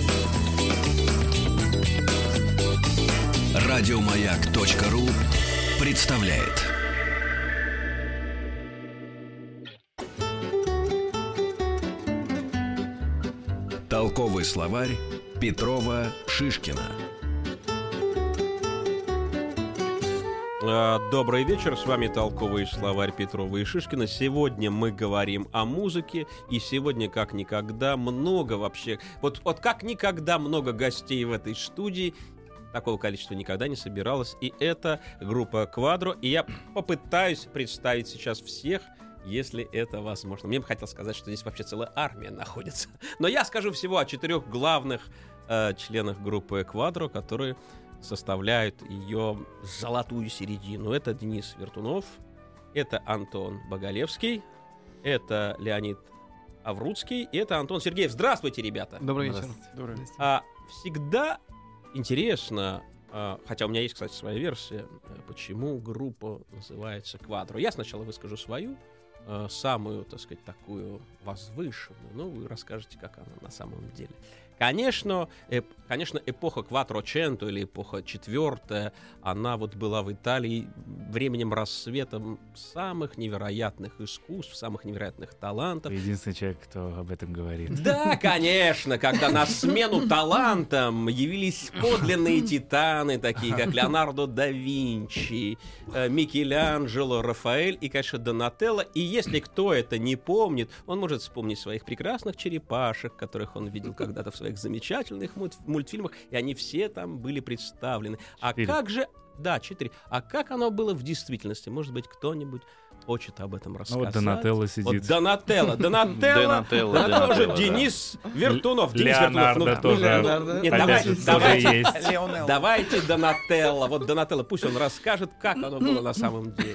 Радиомаяк.ру представляет. Толковый словарь Петрова-Шишкина. Добрый вечер, с вами толковый словарь Петрова и Шишкина. Сегодня мы говорим о музыке, и сегодня как никогда много вообще, вот как никогда много гостей в этой студии. Такого количества никогда не собиралось. И это группа Квадро. И я попытаюсь представить сейчас всех, если это возможно. Мне бы хотелось сказать, что здесь вообще целая армия находится. Но я скажу всего о 4 главных членах группы Квадро, которые составляют ее золотую середину. Это Денис Вертунов, это Антон Боголевский, это Леонид Авруцкий, и это Антон Сергеев. Здравствуйте, ребята! Добрый вечер. Добрый вечер. Всегда интересно, хотя у меня есть, кстати, своя версия, почему группа называется Квадро. Я сначала выскажу свою, самую, так сказать, такую возвышенную, но вы расскажете, как она на самом деле. Конечно, эпоха Кватроченто или эпоха четвертая, она вот была в Италии временем рассвета самых невероятных искусств, самых невероятных талантов. Единственный человек, кто об этом говорит. Да, конечно, когда на смену талантам явились подлинные титаны, такие как Леонардо да Винчи, Микеланджело, Рафаэль и, конечно, Донателло. И если кто это не помнит, он может вспомнить своих прекрасных черепашек, которых он видел когда-то в своих замечательных мультфильмах, и они все там были представлены. А 4. как же... Да, 4. А как оно было в действительности? Может быть, кто-нибудь хочет об этом рассказать? Вот Донателло сидит. Вот Донателло тоже Денис Вертунов. Леонардо тоже. Давайте Донателло. Вот Донателло, пусть он расскажет, как оно было на самом деле.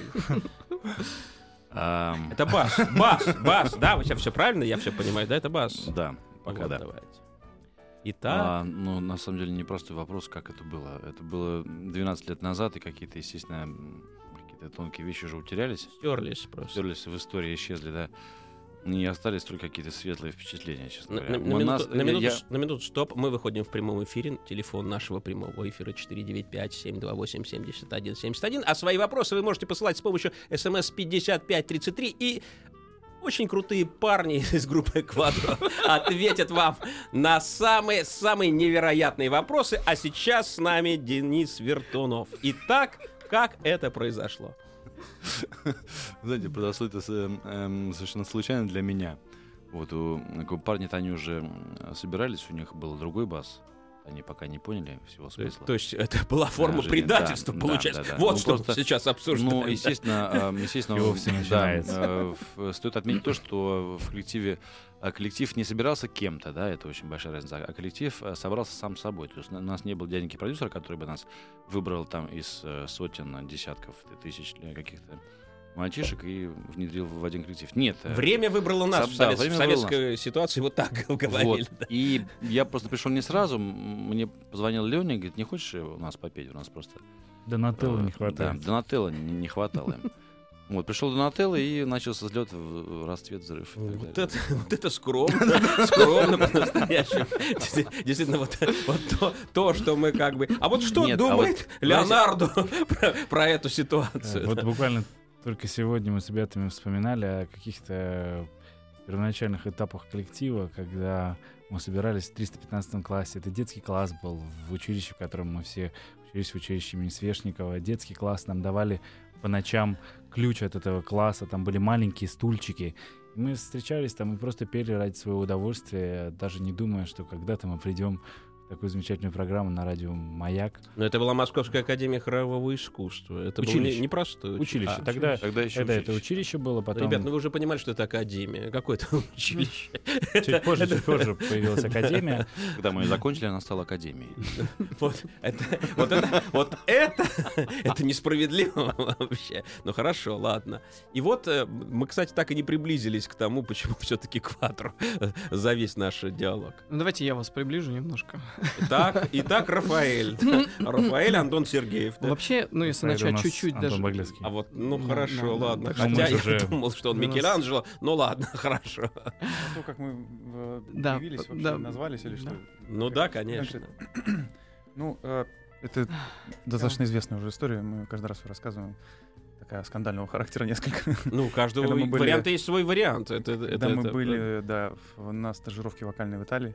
Это бас, да? Я все правильно, я все понимаю, да? Это бас. Да, пока Вот, да. давайте. Итак, Ну, на самом деле, непростой вопрос, как это было. Это было 12 лет назад, и какие-то, естественно, какие-то тонкие вещи уже утерялись. стерлись просто. Стерлись в истории, исчезли, да. И остались только какие-то светлые ввпечатления, честно говоря. На минуту, стоп. Мы выходим в прямом эфире. Телефон нашего прямого эфира 495-728-7171. А свои вопросы вы можете посылать с помощью СМС 5533. И очень крутые парни из группы Квадро ответят вам на самые невероятные вопросы. А сейчас с нами Денис Вертунов. Итак, как это произошло? Знаете, произошло это совершенно случайно для меня. Вот парни-то они уже собирались, у них был другой бас. Они пока не поняли всего смысла. То есть это была форма предательства, получается. Да. Вот Ну, что просто, сейчас обсуждаем. Ну, естественно, стоит отметить то, что в коллектив не собирался кем-то, да, это очень большая разница, а коллектив собрался сам собой. То есть у нас не было дяденьки продюсера, который бы нас выбрал там из сотен, десятков, тысяч каких-то мальчишек и внедрил в один коллектив. Нет. Время выбрало нас в советской ситуации, вот так говорили. Вот. Да. И я просто пришел не сразу, мне позвонил Леня и говорит, не хочешь у нас попеть? У нас просто... Донателло не хватает. Да, Донателло не хватало им. Вот, пришел Донателло, и начался взлет, расцвет, взрыв. Вот это скромно по-настоящему. Действительно, вот то, что мы как бы... А вот что думает Леонардо про эту ситуацию? Вот буквально только сегодня мы с ребятами вспоминали о каких-то первоначальных этапах коллектива, когда мы собирались в 315 классе. Это детский класс был в училище, в котором мы все учились, в училище имени Свешникова. Детский класс нам давали по ночам ключ от этого класса, там были маленькие стульчики. И мы встречались там и просто пели ради своего удовольствия, даже не думая, что когда-то мы придем в такую замечательную программу на радио «Маяк». Но это была Московская академия хорового искусства. Это было непростое училище. Тогда это училище было, потом... Ребят, ну вы уже понимали, что это академия. Какое-то училище. Чуть позже появилась академия. Когда мы ее закончили, она стала академией. Вот это несправедливо вообще. Ну хорошо, ладно. И вот мы, кстати, так и не приблизились к тому, почему все-таки Квадро за весь наш диалог. Ну давайте я вас приближу немножко. Итак, Рафаэль. Рафаэль Антон Сергеев. Да? Вообще, ну, если Это у начать нас чуть-чуть Антон даже... Баглецкий. А вот, ну Да, хорошо, да, ладно. да. Хотя Ну, мы я же думал, что он у нас- Микеланджело. Ну ладно, хорошо. А то, как мы Да, появились, вообще да. назвались или что? Да. Ну да, конечно. Ну, это достаточно известная уже история, мы каждый раз её рассказываем. Такая скандального характера несколько. Ну, у каждого Когда мы были- варианта есть свой вариант. Когда мы были, на стажировке вокальной в Италии,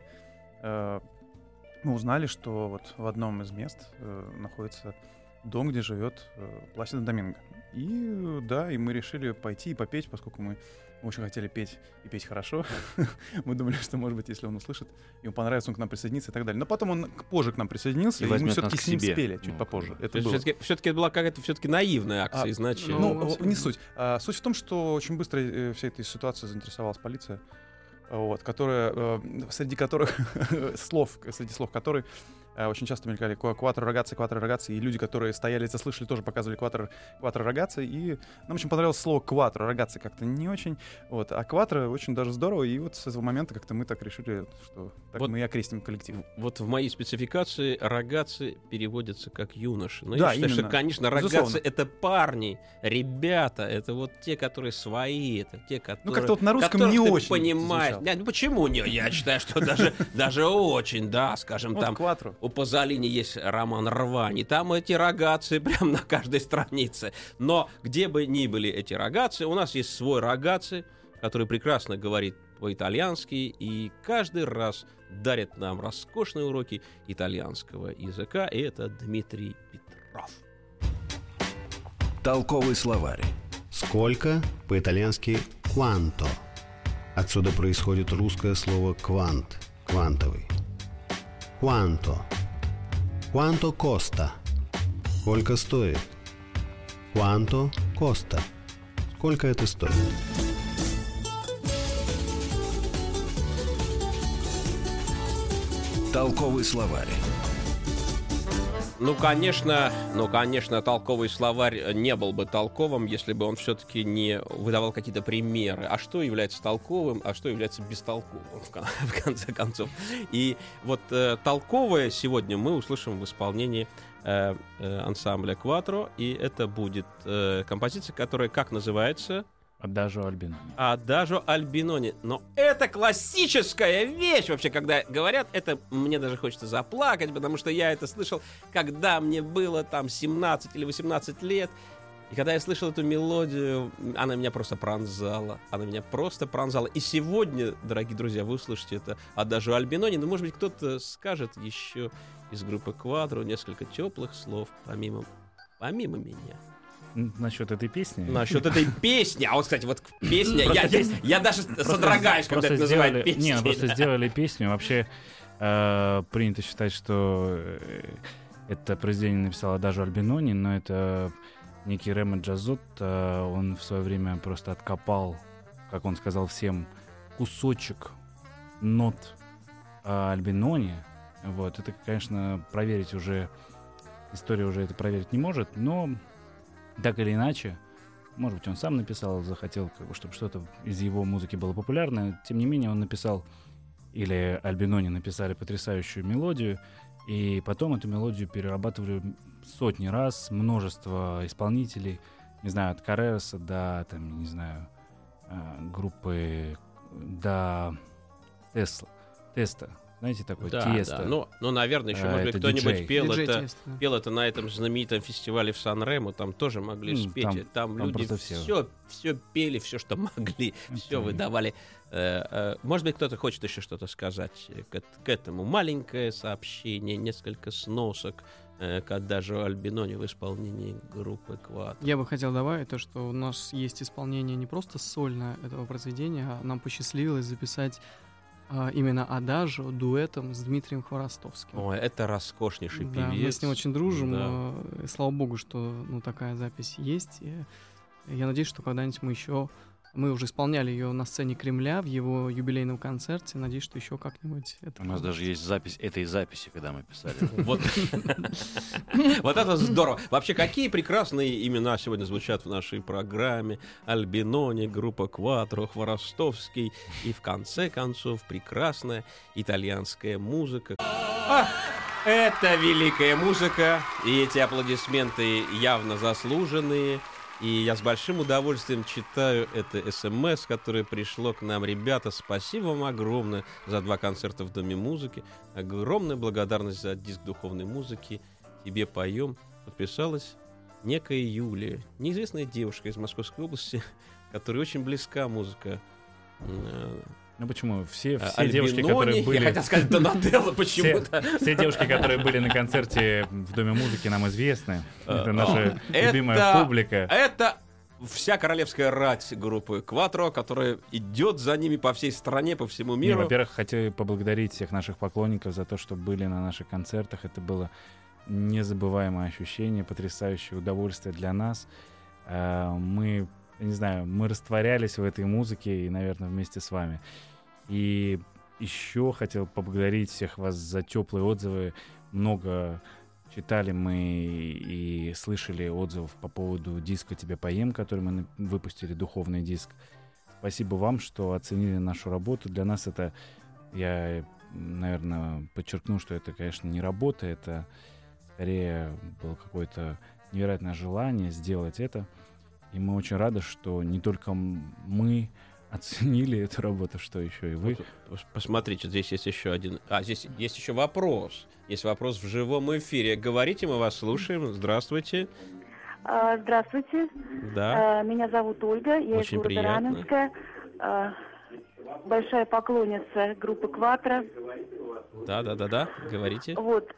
мы узнали, что вот в одном из мест находится дом, где живет Пласидо Доминго. И и мы решили пойти и попеть, поскольку мы очень хотели петь и петь хорошо. Мы думали, что, может быть, если он услышит, ему понравится, он к нам присоединится и так далее. Но потом он позже к нам присоединился, И и мы возьмет все-таки нас к с ним себе. спели чуть Ну, попозже. как Это было. Все-таки это была какая-то все-таки наивная акция изначально. Ну, не суть. Суть в том, что очень быстро вся эта ситуация заинтересовалась полиция, которая, среди слов которой очень часто мелькали «Кватро рагаци», и люди, которые стояли, это слышали, тоже показывали «Кватро рагаци», и нам очень понравилось слово «кватро рагаци», как-то не очень, а «кватро» очень даже здорово, и вот с этого момента как-то мы так решили, что так Вот. мы и окрестим коллектив. Вот в моей спецификации рогатцы переводятся как юноши. Но Да, я считаю, что, именно. конечно, рогатцы Безусловно. — это парни, ребята, это вот те, которые свои, это те, которые... Ну, как-то вот на русском которых не ты очень понимаешь. звучало. Ну, почему не? Я считаю, что даже очень, да, скажем, Вот там... «Кватро». У Пазолини есть роман «Рвани». Там эти рогатцы прям на каждой странице. Но где бы ни были эти рогатцы, у нас есть свой рогатцы, который прекрасно говорит по-итальянски и каждый раз дарит нам роскошные уроки итальянского языка. И это Дмитрий Петров. Толковый словарь. Сколько по-итальянски quanto. Отсюда происходит русское слово квант, квантовый. Quanto. Quanto costa. Сколько стоит? Quanto costa. Сколько это стоит? Толковый словарь. Ну, конечно, толковый словарь не был бы толковым, если бы он все-таки не выдавал какие-то примеры. А что является толковым, а что является бестолковым, в конце концов. И вот толковое сегодня мы услышим в исполнении ансамбля «Кватро», и это будет композиция, которая как называется? Адажо Альбинони. Адажо Альбинони. Но это классическая вещь вообще, когда говорят, это мне даже хочется заплакать, потому что я это слышал, когда мне было там 17 или 18 лет. И когда я слышал эту мелодию, она меня просто пронзала. И сегодня, дорогие друзья, вы услышите это Адажо Альбинони. Но, может быть, кто-то скажет еще из группы «Кватро» несколько теплых слов, помимо меня. Насчет этой песни. Насчет этой песни. А вот, кстати, вот песня. Я даже содрогаюсь, когда это Просто называют сделали, песней. просто сделали песню. Вообще принято считать, что это произведение написал Адажо Альбинони, но это некий Ремо Джазотто. Он в свое время просто откопал, как он сказал всем, кусочек нот Альбинони. Вот. Это, конечно, проверить уже, история уже это проверить не может, но так или иначе, может быть, он сам написал, захотел, чтобы что-то из его музыки было популярно. Тем не менее, он написал, или Альбинони написали потрясающую мелодию, и потом эту мелодию перерабатывали сотни раз, множество исполнителей, не знаю, от Каррероса до, там, не знаю, группы, до Теста. Знаете, такой Тиеста. Ну, наверное, еще, может быть, это кто-нибудь диджей. пел Диджей это, Тиеста, да. пел это на этом знаменитом фестивале в Сан-Ремо, там тоже могли спеть. Там люди просто все пели, все, что могли, все выдавали. Может быть, кто-то хочет еще что-то сказать к этому. Маленькое сообщение, несколько сносок к Адажо Альбинони в исполнении группы «Кватро». Я бы хотел добавить то, что у нас есть исполнение не просто сольное этого произведения, а нам посчастливилось записать именно Адажо дуэтом с Дмитрием Хворостовским. Ой, это роскошнейший Да, певец. мы с ним очень дружим. Да. Слава богу, что такая запись есть. И я надеюсь, что когда-нибудь мы уже исполняли ее на сцене Кремля в его юбилейном концерте. Надеюсь, что еще как-нибудь это У нас получится. даже есть запись этой записи, когда мы писали. Вот это здорово. Вообще, какие прекрасные имена сегодня звучат в нашей программе. Альбинони, группа «Кватро», Хворостовский и, в конце концов, прекрасная итальянская музыка. Это великая музыка, и эти аплодисменты явно заслуженные. И я с большим удовольствием читаю это СМС, которое пришло к нам. Ребята, спасибо вам огромное за 2 концерта в Доме музыки. Огромная благодарность за диск духовной музыки. Тебе поем. Подписалась некая Юлия, неизвестная девушка из Московской области, которой очень близка музыка. Ну почему? Все Альбинони, девушки, которые были... Я хотел сказать Донателло почему-то. Все девушки, которые были на концерте в Доме музыки, нам известны. Это наша любимая публика. Это вся королевская рать группы «Кватро», которая идет за ними по всей стране, по всему миру. Во-первых, хотел поблагодарить всех наших поклонников за то, что были на наших концертах. Это было незабываемое ощущение, потрясающее удовольствие для нас. Мы, я не знаю, мы растворялись в этой музыке и, наверное, вместе с вами. И еще хотел поблагодарить всех вас за теплые отзывы. Много читали мы и слышали отзывов по поводу диска «Тебе поем», который мы выпустили, духовный диск. Спасибо вам, что оценили нашу работу. Для нас это, я, наверное, подчеркну, что это, конечно, не работа, это скорее было какое-то невероятное желание сделать это. И мы очень рады, что не только мы оценили эту работу, что еще и вы. Посмотрите, здесь есть еще один... здесь есть еще вопрос. Есть вопрос в живом эфире. Говорите, мы вас слушаем. Здравствуйте. Здравствуйте. Да. Меня зовут Ольга. Я Очень из города Раменска. Большая поклонница группы «Кватро». Да. Говорите. Вот.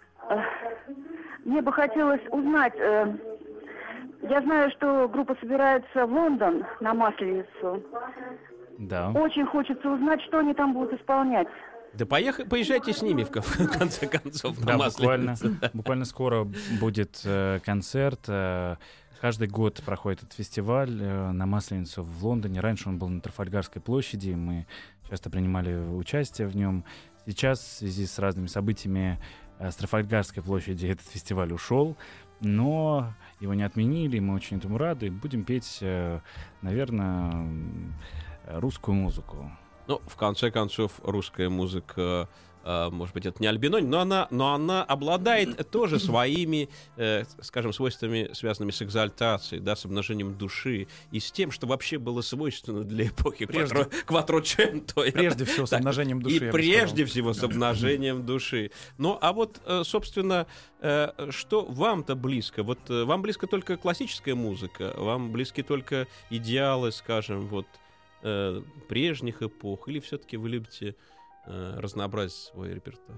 Мне бы хотелось узнать... Я знаю, что группа собирается в Лондон на Масленицу. Да. Очень хочется узнать, что они там будут исполнять. Да поезжайте с ними, в конце концов, на Да, Масленицу. буквально скоро будет концерт. Каждый год проходит этот фестиваль на Масленицу в Лондоне. Раньше он был на Трафальгарской площади, мы часто принимали участие в нем. Сейчас, в связи с разными событиями, с Трафальгарской площади этот фестиваль ушел, но его не отменили, мы очень этому рады. Будем петь, наверное, русскую музыку. Ну, в конце концов, русская музыка, может быть, это не Альбинони, но она обладает тоже своими, скажем, свойствами, связанными с экзальтацией, да, с обнажением души и с тем, что вообще было свойственно для эпохи Кватроченто. Прежде всего, с обнажением души. И прежде всего с обнажением души. Ну, а вот, собственно, что вам-то близко? Вот вам близко только классическая музыка, вам близки только идеалы, скажем, вот прежних эпох, или все-таки вы любите разнообразить свой репертуар?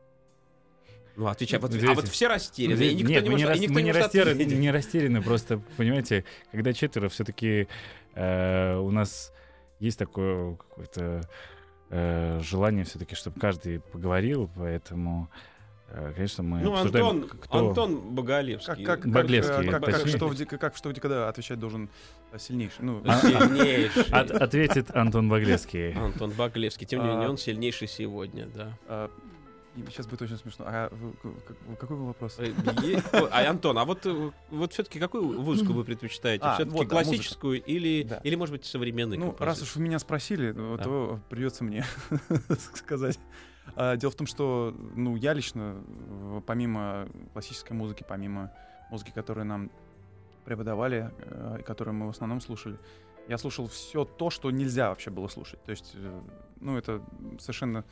Ну, отвечай. Вот все растеряны. И никто Нет, не может ответить. не растеряны, просто, понимаете, когда 4, все-таки у нас есть такое какое-то желание все-таки, чтобы каждый поговорил, поэтому, конечно, мы обсуждаем, Антон Боголевский. Боглевский. Как что где когда отвечать должен сильнейший? Сильнейший. Ответит Антон Боглевский. Антон Боглевский. Тем не менее, он сильнейший сегодня, да. Сейчас будет очень смешно. Какой был вопрос? Антон, а вот все-таки какую музыку вы предпочитаете? Все-таки классическую или, может быть, современную? Ну, раз уж вы меня спросили, то придется мне сказать. Дело в том, что я лично, помимо классической музыки, помимо музыки, которую нам преподавали, и которую мы в основном слушали, я слушал все то, что нельзя вообще было слушать. То есть, это совершенно...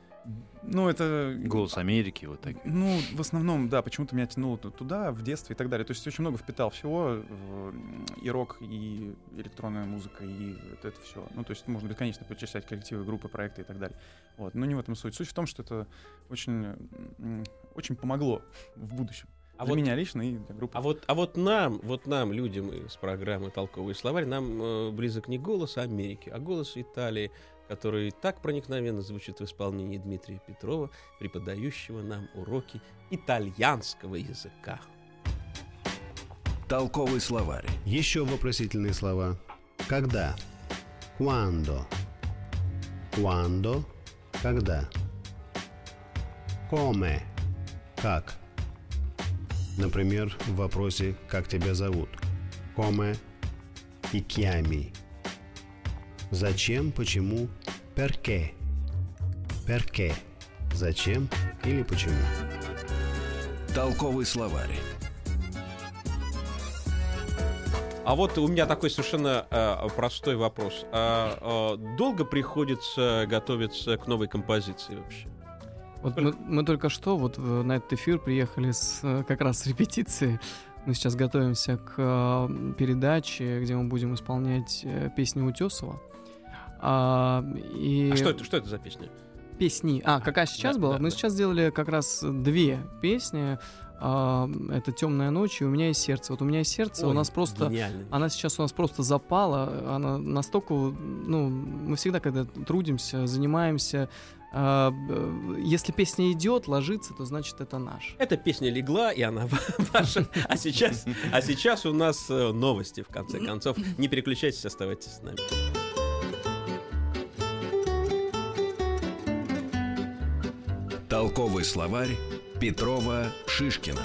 это... «Голос Америки», вот так. В основном, да, почему-то меня тянуло туда, в детстве и так далее. То есть очень много впитал всего, и рок, и электронная музыка, и это все. То есть можно бесконечно перечислять коллективы, группы, проекты и так далее. Вот. Но не в этом суть. Суть в том, что это очень, очень помогло в будущем. Для меня лично и для группы. А вот нам, людям из программы «Толковый словарь», нам близок не голос Америки, а голос Италии, который так проникновенно звучит в исполнении Дмитрия Петрова, преподающего нам уроки итальянского языка. Толковый словарь. Еще вопросительные слова. Когда? Quando. Quando. Когда? Come. Как? Например, в вопросе «Как тебя зовут?» Come ti chiami. Зачем, почему, perché. Perché. зачем или почему. Толковый словарь. А вот у меня такой совершенно простой вопрос. Долго приходится готовиться к новой композиции вообще? Вот мы только что вот на этот эфир приехали как раз с репетиции. Мы сейчас готовимся к передаче, где мы будем исполнять песни Утесова. Что это за песня? Песни. Какая сейчас была? Мы сейчас сделали как раз 2 песни. Это «Темная ночь» и «У меня есть сердце». Вот «У меня есть сердце» у нас просто... Она сейчас у нас просто запала. Она настолько... мы всегда, когда трудимся, занимаемся... Если песня идет, ложится, то значит это наш. Эта песня легла, и она ваша. А сейчас у нас новости, в конце концов. Не переключайтесь, оставайтесь с нами. Толковый словарь Петрова-Шишкина.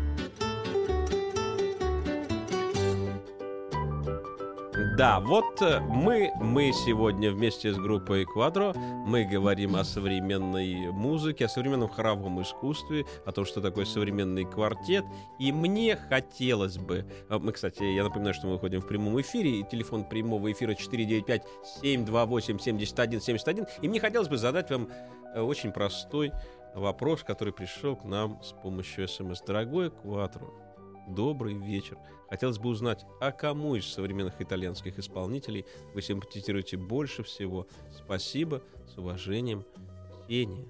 Да, вот мы сегодня вместе с группой «Квадро» мы говорим о современной музыке, о современном хоровом искусстве, о том, что такое современный квартет. И мне хотелось бы... Кстати, я напоминаю, что мы выходим в прямом эфире, и телефон прямого эфира 495-728-7171. И мне хотелось бы задать вам очень простой вопрос, который пришел к нам с помощью СМС. Дорогой «Квадро», добрый вечер. Хотелось бы узнать, а кому из современных итальянских исполнителей вы симпатизируете больше всего? Спасибо, с уважением, Ксения.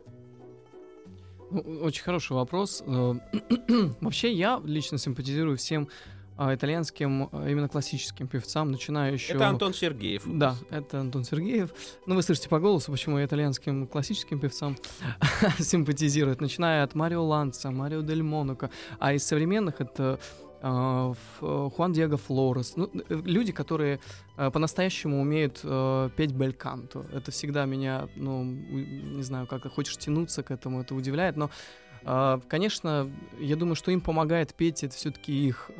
Очень хороший вопрос. Вообще, я лично симпатизирую всем итальянским, именно классическим певцам, начиная еще... Это Антон Сергеев. Да, это Антон Сергеев. Вы слышите по голосу, почему я итальянским классическим певцам симпатизирую. Начиная от Марио Ланца, Марио Дель Монако. А из современных это Хуан Диего Флорес. Люди, которые по-настоящему умеют петь бельканто. Это всегда меня, не знаю, как ты хочешь тянуться к этому, это удивляет, но конечно, я думаю, что им помогает петь это все-таки их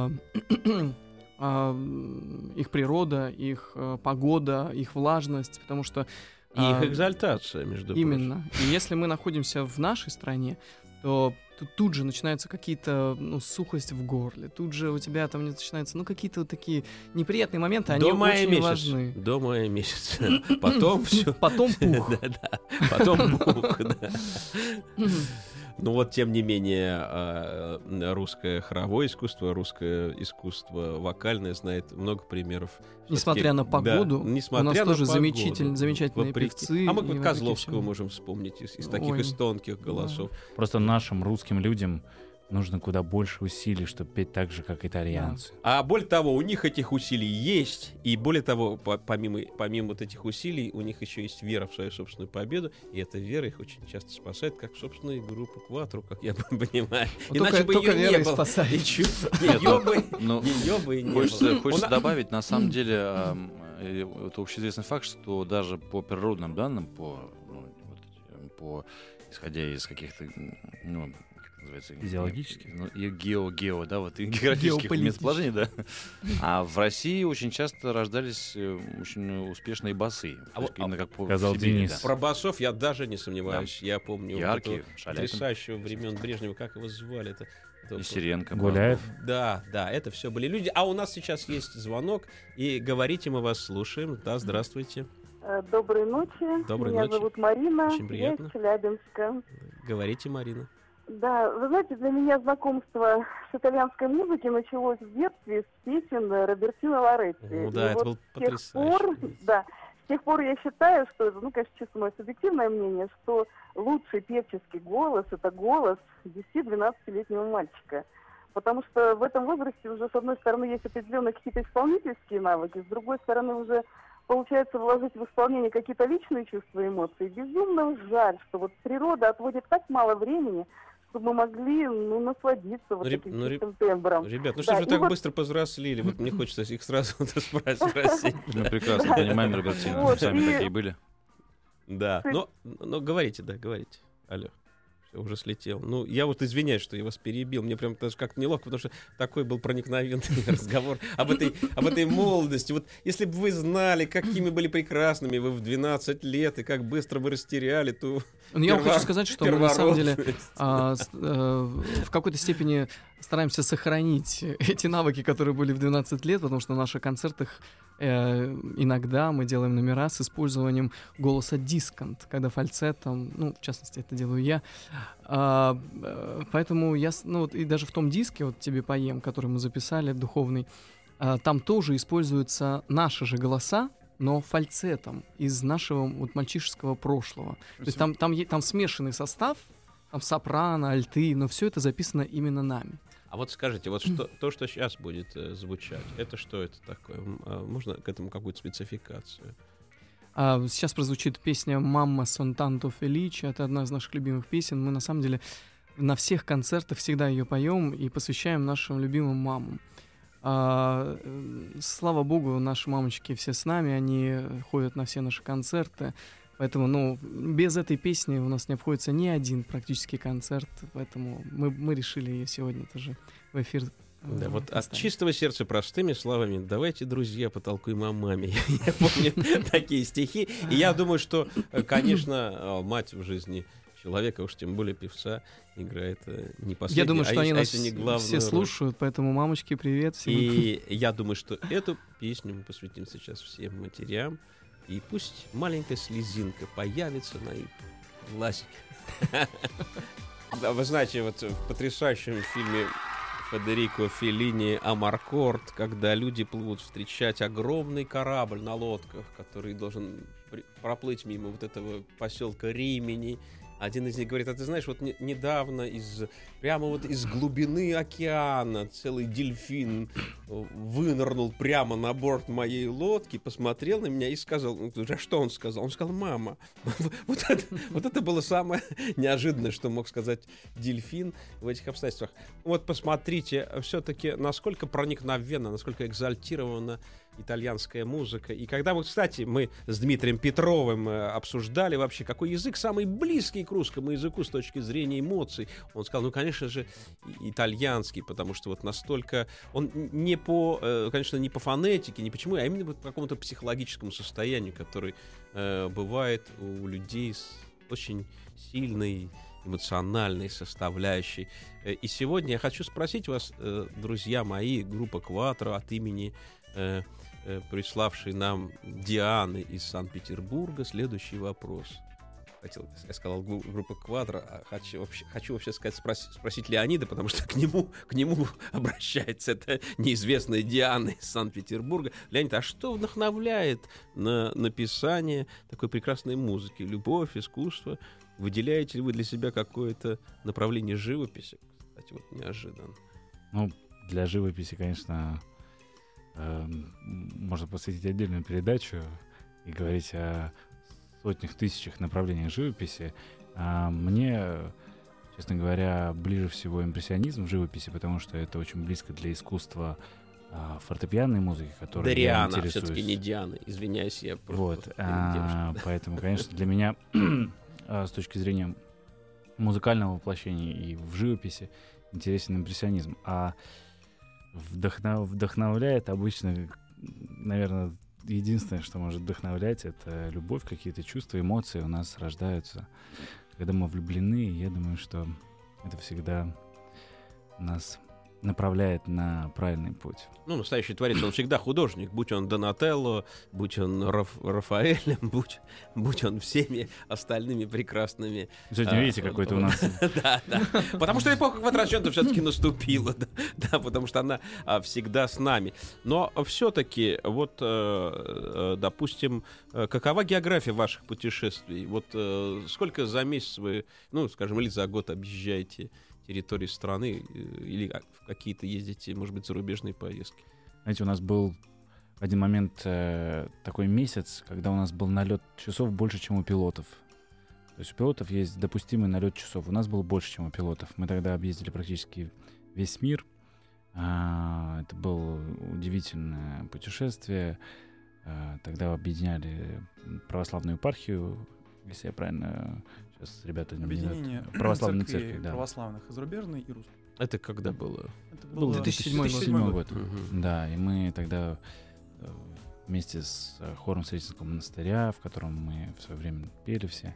природа, их погода, их влажность, потому что... И их экзальтация, между прочим. Именно. И если мы находимся в нашей стране, то тут же начинаются какие-то, сухость в горле, тут же у тебя там начинаются, какие-то вот такие неприятные моменты, они очень важны. До мая месяца. Потом все. Потом пух. Потом пух, да. Но вот, тем не менее, русское хоровое искусство, русское искусство вокальное знает много примеров. Несмотря на погоду, у нас тоже замечательные певцы. А мы Козловского можем вспомнить из таких, из тонких голосов. Просто нашим русским людям нужно куда больше усилий, чтобы петь так же, как итальянцы. А более того, у них этих усилий есть, и более того, помимо вот этих усилий, у них еще есть вера в свою собственную победу, и эта вера их очень часто спасает, как собственная группа «Кватро», как я понимаю. Иначе бы ее не было. Ее бы и не было. Хочется добавить, на самом деле, это общеизвестный факт, что даже по природным данным, исходя из каких-то, называется, физиологических, и географических местоположений, да. А в России очень часто рождались очень успешные басы. Сказал Денис. Про басов я даже не сомневаюсь. Я помню яркие, потрясающего времен Брежнева, как его звали? Нестеренко. Гуляев. Да, это все были люди. А у нас сейчас есть звонок, и говорите, мы вас слушаем. Да, здравствуйте. Доброй ночи. Меня зовут Марина. Очень приятно. Я из Челябинска. Говорите, Марина. Да, вы знаете, для меня знакомство с итальянской музыкой началось в детстве с песен Робертино Лоретти. Это был потрясающий. С тех пор я считаю, что это, конечно, чисто мое субъективное мнение, что лучший певческий голос — это голос 10-12-летнего мальчика. Потому что в этом возрасте уже, с одной стороны, есть определенные какие-то исполнительские навыки, с другой стороны, уже получается вложить в исполнение какие-то личные чувства и эмоции. Безумно жаль, что вот природа отводит так мало времени, чтобы мы могли насладиться таким чистым тембром. Ребят, что же вы так быстро повзрослели? Вот мне хочется их сразу спросить. Мы прекрасно понимаем, Робертино, мы сами такие были. Да, но говорите, говорите. Алло. уже слетел. Ну, я вот извиняюсь, что я вас перебил. Мне прям даже как-то неловко, потому что такой был проникновенный разговор об этой молодости. Вот если бы вы знали, какими были прекрасными вы в 12 лет, и как быстро вы растеряли ту... Я вам хочу сказать, что мы на самом деле в какой-то степени стараемся сохранить эти навыки, которые были в 12 лет, потому что на наших концертах иногда мы делаем номера с использованием голоса дисконт, когда фальцетом, ну, в частности, это делаю я. Поэтому я, ну, вот, и даже в том диске, вот «Тебе поем», который мы записали, духовный, там тоже используются наши же голоса, но фальцетом из нашего вот мальчишеского прошлого. То есть там смешанный состав, там сопрано, альты, но все это записано именно нами. А вот скажите, вот то, что сейчас будет звучать, это что это такое? Можно к этому какую-то спецификацию? Сейчас прозвучит песня «Мамма сон танто феличе». Это одна из наших любимых песен. Мы, на самом деле, на всех концертах всегда ее поем и посвящаем нашим любимым мамам. Слава богу, наши мамочки все с нами, они ходят на все наши концерты. Поэтому, ну, без этой песни у нас не обходится ни один практически концерт. Поэтому мы решили ее сегодня тоже в эфир. Да, вот от чистого сердца простыми словами: давайте, друзья, потолкуем о маме. Я помню такие стихи. И я думаю, что, конечно, мать в жизни человека, уж тем более певца, играет не последнюю, я думаю, что они нас все все слушают, поэтому, мамочки, привет всем. И я думаю, что эту песню мы посвятим сейчас всем матерям. И пусть маленькая слезинка появится на их глазике. Вы знаете, вот в потрясающем фильме Федерико Феллини «Амаркорд», когда люди плывут встречать огромный корабль на лодках, который должен проплыть мимо вот этого поселка Римини. Один из них говорит: а ты знаешь, вот недавно прямо вот из глубины океана целый дельфин вынырнул прямо на борт моей лодки, посмотрел на меня и сказал: а что он сказал? Он сказал: мама. Вот это было самое неожиданное, что мог сказать дельфин в этих обстоятельствах. Вот посмотрите, все-таки насколько проникновенно, насколько экзальтирована итальянская музыка. И когда мы, кстати, мы с Дмитрием Петровым обсуждали вообще, какой язык самый близкий к русскому языку с точки зрения эмоций, он сказал: ну, конечно же, итальянский, потому что вот настолько он не по, конечно, не по фонетике, не почему, а именно по какому-то психологическому состоянию, который бывает у людей с очень сильной эмоциональной составляющей. И сегодня я хочу спросить вас, друзья мои, группа «Кватро» от имени приславшей нам Дианы из Санкт-Петербурга, следующий вопрос. Я сказал группа «Кватро», а хочу вообще сказать, спросить Леонида, потому что к нему обращается эта неизвестная Диана из Санкт-Петербурга. Леонид, а что вдохновляет на написание такой прекрасной музыки? Любовь, искусство? Выделяете ли вы для себя какое-то направление живописи? Кстати, вот неожиданно. Ну, для живописи, конечно, можно посвятить отдельную передачу и говорить о сотнях, тысячах направлениях живописи. Мне, честно говоря, ближе всего импрессионизм в живописи, потому что это очень близко для искусства фортепианной музыки, которой я интересуюсь. Все-таки не Диана, извиняюсь, я просто... Поэтому, конечно, для меня с точки зрения музыкального воплощения и в живописи интересен импрессионизм. А вдохновляет обычно, наверное, единственное, что может вдохновлять, это любовь, какие-то чувства, эмоции у нас рождаются, когда мы влюблены. И я думаю, что это всегда нас направляет на правильный путь. Ну, настоящий творец, он всегда художник, будь он Донателло, будь он Рафаэлем, будь он всеми остальными прекрасными. Сегодня видите, какой-то у нас... Да. Потому что эпоха Кватраченто все-таки наступила, да, потому что она всегда с нами. Но все-таки, вот, допустим, какова география ваших путешествий? Вот сколько за месяц вы, ну, скажем, или за год объезжаете территории страны, или в какие-то ездите, может быть, зарубежные поездки? Знаете, у нас был в один момент такой месяц, когда у нас был налет часов больше, чем у пилотов. То есть у пилотов есть допустимый налет часов. У нас был больше, чем у пилотов. Мы тогда объездили практически весь мир. Это было удивительное путешествие. Тогда объединяли православную епархию, если я правильно Сейчас ребята не Объединение знают. Православной церквей церкви, да. православных и зарубежной, и русской. Это когда было? Это Был 2007 год. Мгм. Да, и мы тогда вместе с хором Сретенского монастыря, в котором мы в свое время пели все,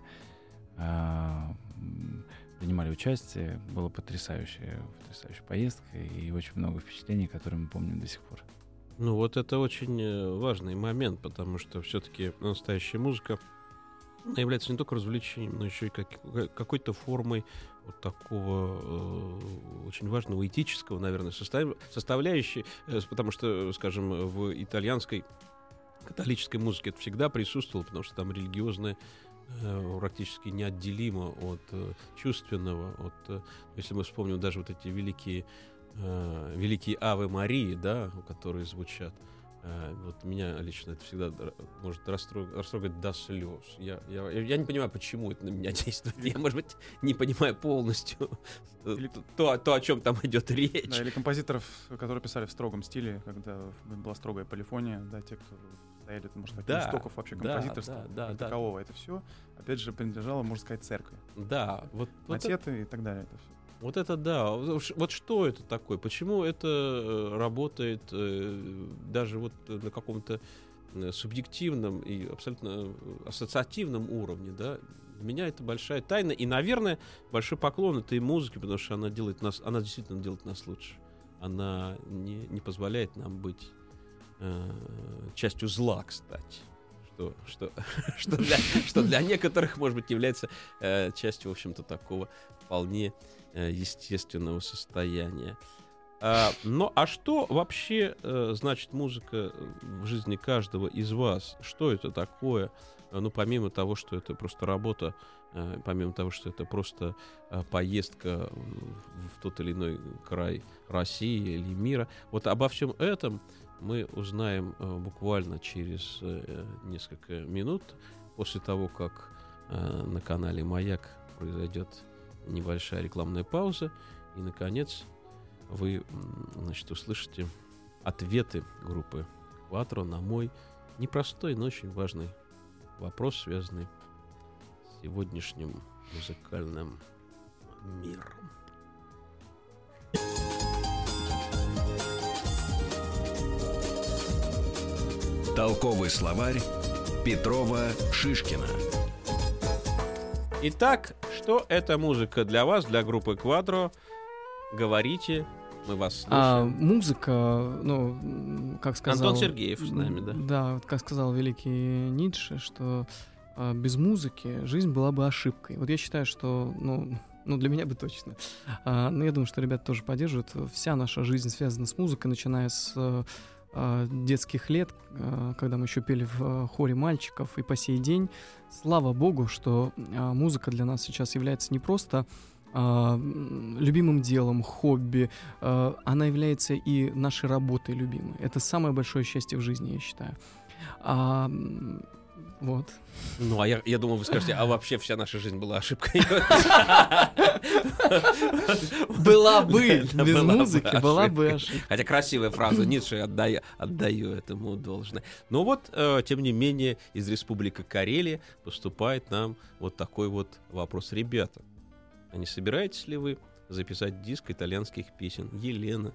принимали участие. Была потрясающая поездка и очень много впечатлений, которые мы помним до сих пор. Ну вот это очень важный момент, потому что все-таки настоящая музыка она является не только развлечением, но еще и какой-то формой вот такого очень важного этического, наверное, составляющей, потому что, скажем, в итальянской католической музыке это всегда присутствовало, потому что там религиозное практически неотделимо от чувственного. Если мы вспомним даже вот эти великие Аве Марии, да, которые звучат, вот меня лично это всегда может растрогать до слез. Я не понимаю, почему это на меня действует. Я, может быть, не понимаю полностью то, о чем там идет речь. Да, или композиторов, которые писали в строгом стиле, когда была строгая полифония, да, те, кто стояли, может, от истоков вообще композиторства, такового. Это все, опять же, принадлежало, можно сказать, церкви. Да, Матеты и так далее. Это все. Вот это да. Вот что это такое? Почему это работает даже вот на каком-то субъективном и абсолютно ассоциативном уровне, да? Для меня это большая тайна. И, наверное, большой поклон этой музыке, потому что она действительно делает нас лучше. Она не позволяет нам быть частью зла, кстати. Что для некоторых, может быть, является частью, в общем-то, такого вполне естественного состояния. Ну, а что вообще значит музыка в жизни каждого из вас? Что это такое? Ну, помимо того, что это просто работа, помимо того, что это просто поездка в тот или иной край России или мира. Вот обо всем этом мы узнаем буквально через несколько минут после того, как на канале «Маяк» произойдет небольшая рекламная пауза. И, наконец, вы, услышите ответы группы «Кватро» на мой непростой, но очень важный вопрос, связанный с сегодняшним музыкальным миром. Толковый словарь Петрова-Шишкина. Итак, что это музыка для вас, для группы «Кватро»? Говорите, мы вас слушаем. Музыка, как сказал... Антон Сергеев с нами, да? Да, вот как сказал великий Ницше, что без музыки жизнь была бы ошибкой. Вот я считаю, что, для меня бы точно. Но я думаю, что ребята тоже поддерживают. Вся наша жизнь связана с музыкой, начиная с детских лет, когда мы еще пели в хоре мальчиков, и по сей день. Слава богу, что музыка для нас сейчас является не просто любимым делом, хобби, она является и нашей работой любимой. Это самое большое счастье в жизни, я считаю. Вот. Ну, а я думал, вы скажете, а вообще вся наша жизнь была ошибкой. Была бы, без музыки была бы ошибка. Хотя красивая фраза, Ницше, отдаю этому должное. Но вот, тем не менее, из Республики Карелия поступает нам вот такой вот вопрос. Ребята, а не собираетесь ли вы записать диск итальянских песен? Елена.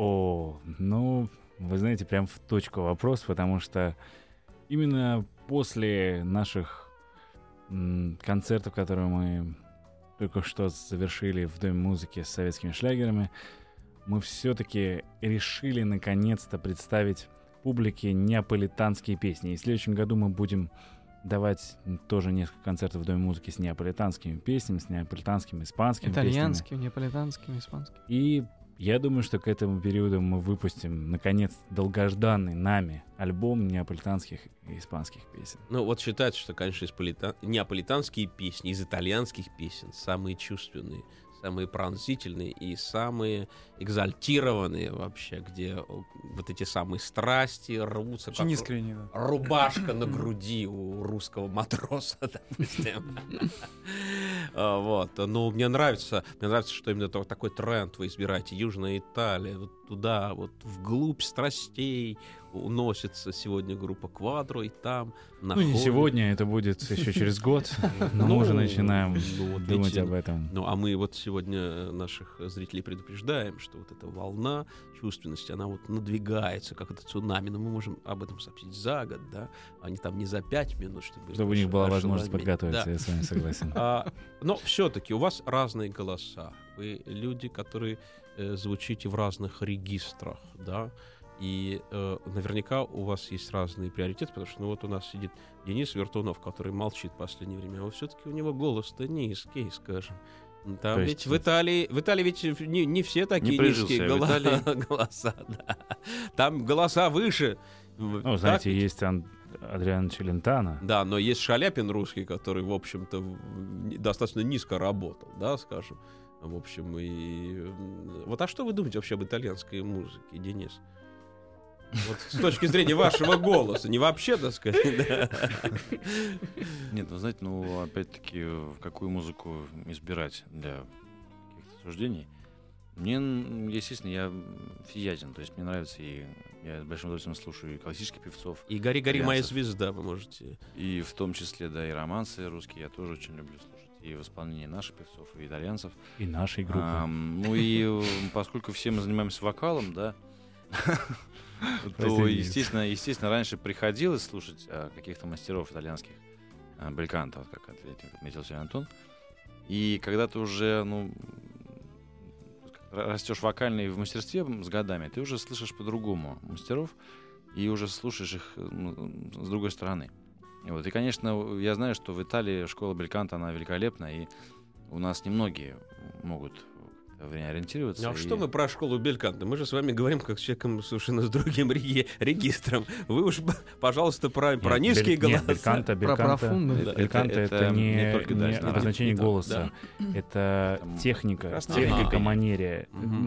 Вы знаете, прям в точку вопрос, потому что именно после наших концертов, которые мы только что завершили в Доме музыки с советскими шлягерами, мы все-таки решили наконец-то представить публике неаполитанские песни. И в следующем году мы будем давать тоже несколько концертов в Доме музыки с неаполитанскими песнями, с неаполитанскими, испанскими итальянскими, песнями. неаполитанскими, испанскими. И я думаю, что к этому периоду мы выпустим, наконец, долгожданный нами альбом неаполитанских и испанских песен. Ну, вот считается, что, конечно, неаполитанские песни из итальянских песен самые чувственные, самые пронзительные и самые экзальтированные вообще, где вот эти самые страсти рвутся. Очень искренне, да. Рубашка на груди у русского матроса, допустим. Вот. Но мне нравится, что именно такой тренд вы избираете. Южная Италия. Вот туда, вот вглубь страстей уносится сегодня группа «Квадро», и там Ну, не сегодня, это будет еще через год, но мы уже начинаем думать об этом. Ну, а мы вот сегодня наших зрителей предупреждаем, что вот эта волна чувственности, она вот надвигается, как это цунами, но мы можем об этом сообщить за год, да, а не там не за 5 минут, чтобы у них была возможность ошелометь. подготовиться, Да. я с вами согласен. Но все-таки у вас разные голоса. Вы люди, которые звучите в разных регистрах, да, и наверняка у вас есть разные приоритеты, потому что ну, вот у нас сидит Денис Вертунов, который молчит в последнее время, а все-таки у него голос-то низкий, скажем. Там ведь в Италии ведь не все такие низкие голоса. Да. Там голоса выше. Ну, знаете, есть Адриано Челентано. Да, но есть Шаляпин русский, который, в общем-то, достаточно низко работал, да, скажем. В общем, и... Вот а что вы думаете вообще об итальянской музыке, Денис? Вот с точки зрения вашего голоса, не вообще, так сказать, да. Нет, вы знаете, ну, опять-таки, какую музыку избирать для каких-то суждений? Мне, естественно, я фиязин, то есть мне нравится, и я с большим удовольствием слушаю и классических певцов. И «Гори-гори, моя звезда» вы можете. И в том числе, да, и романсы русские я тоже очень люблю слушать. И в исполнении наших певцов, и итальянцев. И нашей группы. Ну и поскольку все мы занимаемся вокалом, да, то, естественно, раньше приходилось слушать каких-то мастеров итальянских, бельканто, как отметил сегодня Антон. И когда ты уже, ну, растешь вокально и в мастерстве с годами, ты уже слышишь по-другому мастеров и уже слушаешь их с другой стороны. Вот. И, конечно, я знаю, что в Италии школа бельканто, она великолепна, и у нас немногие могут время ориентироваться. А что мы про школу бельканто? Мы же с вами говорим как с человеком совершенно с другим регистром. Вы уж, пожалуйста, про низкие голоса. Бельканто это не обозначение голоса. Это техника, манера.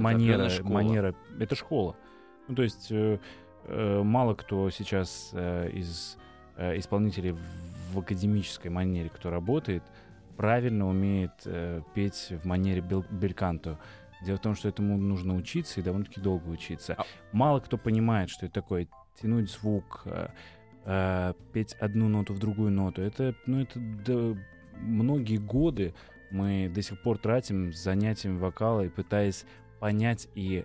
Это школа. Ну, то есть мало кто сейчас из исполнителей в академической манере, кто работает, правильно умеет петь в манере бельканто. Дело в том, что этому нужно учиться и довольно-таки долго учиться. Мало кто понимает, что это такое тянуть звук, петь одну ноту в другую ноту. Это многие годы мы до сих пор тратим с занятиями вокала и пытаясь понять и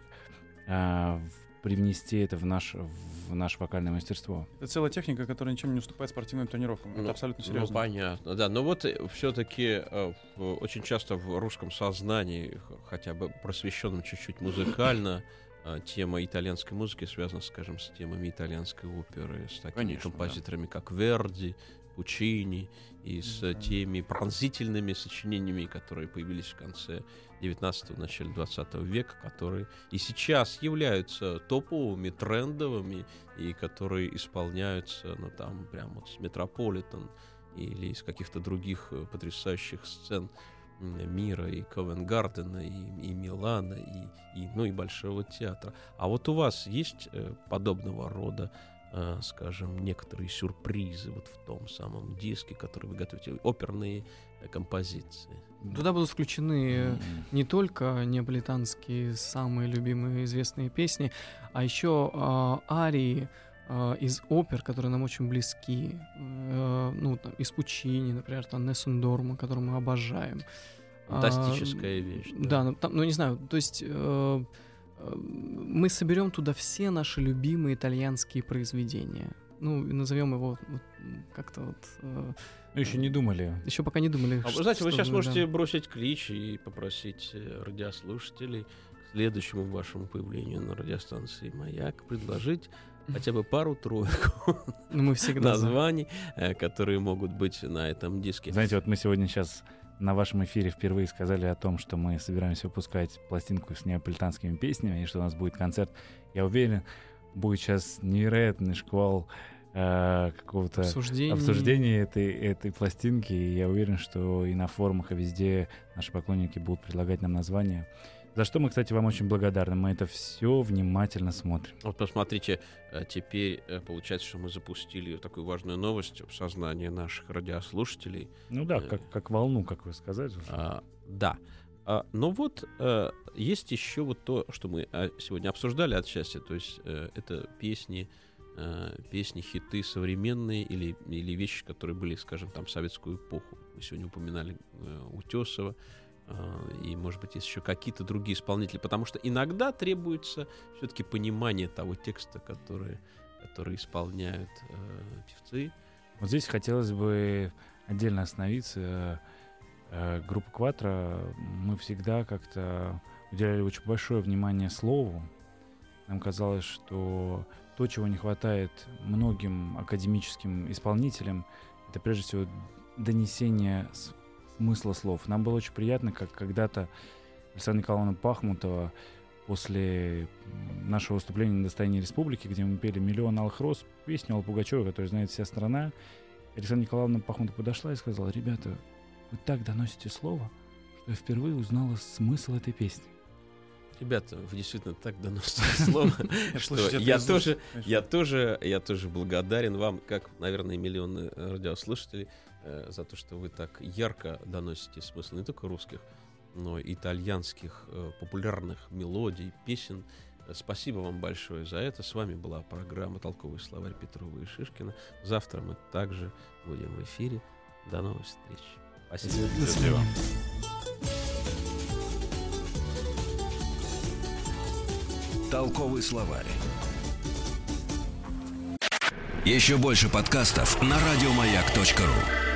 привнести это в наше вокальное мастерство. Это целая техника, которая ничем не уступает спортивным тренировкам. Это абсолютно серьезно. Ну, понятно, да. Но вот все-таки очень часто в русском сознании, хотя бы просвещенном чуть-чуть музыкально, тема итальянской музыки связана, скажем, с темами итальянской оперы, с такими композиторами, как Верди, Пучини, и с теми пронзительными сочинениями, которые появились в конце 19-го, начале 20 века, которые и сейчас являются топовыми, трендовыми, и которые исполняются, ну, там, прям вот с Метрополитен или из каких-то других потрясающих сцен мира, и Ковенгардена, и Милана, и Большого театра. А вот у вас есть подобного рода, скажем, некоторые сюрпризы вот в том самом диске, который вы готовите, оперные композиции? Туда будут включены не только неаполитанские самые любимые известные песни, а еще арии из опер, которые нам очень близки. Ну, там, из Пучини, например, там Несsun Dorma, который мы обожаем. Фантастическая вещь. Да, ну не знаю, то есть мы соберем туда все наши любимые итальянские произведения. Ну, и назовем его вот, как-то вот... еще не думали. Еще пока не думали. Вы знаете, вы сейчас можете бросить клич и попросить радиослушателей к следующему вашему появлению на радиостанции «Маяк» предложить хотя бы пару-тройку названий, которые могут быть на этом диске. Знаете, вот мы сегодня сейчас на вашем эфире впервые сказали о том, что мы собираемся выпускать пластинку с неаполитанскими песнями, и что у нас будет концерт. Я уверен, будет сейчас невероятный шквал какого-то обсуждения этой пластинки. И я уверен, что и на форумах, и везде наши поклонники будут предлагать нам названия. За что мы, кстати, вам очень благодарны. Мы это все внимательно смотрим. Вот посмотрите, теперь получается, что мы запустили такую важную новость в сознание наших радиослушателей. Ну да, как волну, как вы сказали. Да. Но вот есть еще вот то, что мы сегодня обсуждали отчасти, то есть это песни, хиты современные или вещи, которые были, скажем, там, в советскую эпоху. Мы сегодня упоминали Утесова, и, может быть, есть еще какие-то другие исполнители, потому что иногда требуется все-таки понимание того текста, который исполняют певцы. Вот здесь хотелось бы отдельно остановиться. Группа «Кватро», мы всегда как-то уделяли очень большое внимание слову. Нам казалось, что то, чего не хватает многим академическим исполнителям, это прежде всего донесение смысла слов. Нам было очень приятно, как когда-то Александра Николаевна Пахмутова после нашего выступления на «Достоянии республики», где мы пели «Миллион алых роз», песню Аллы Пугачевой, которую знает вся страна, Александра Николаевна Пахмутова подошла и сказала: ребята, вы так доносите слово, что я впервые узнала смысл этой песни. Ребята, вы действительно так доносите слово, что я тоже благодарен вам, как, наверное, миллионы радиослушателей, за то, что вы так ярко доносите смысл не только русских, но и итальянских популярных мелодий, песен. Спасибо вам большое за это. С вами была программа «Толковый словарь» Петрова и Шишкина. Завтра мы также будем в эфире. До новых встреч. Спасибо. Счастливо. Толковый словарь. Еще больше подкастов на радиомаяк.ру.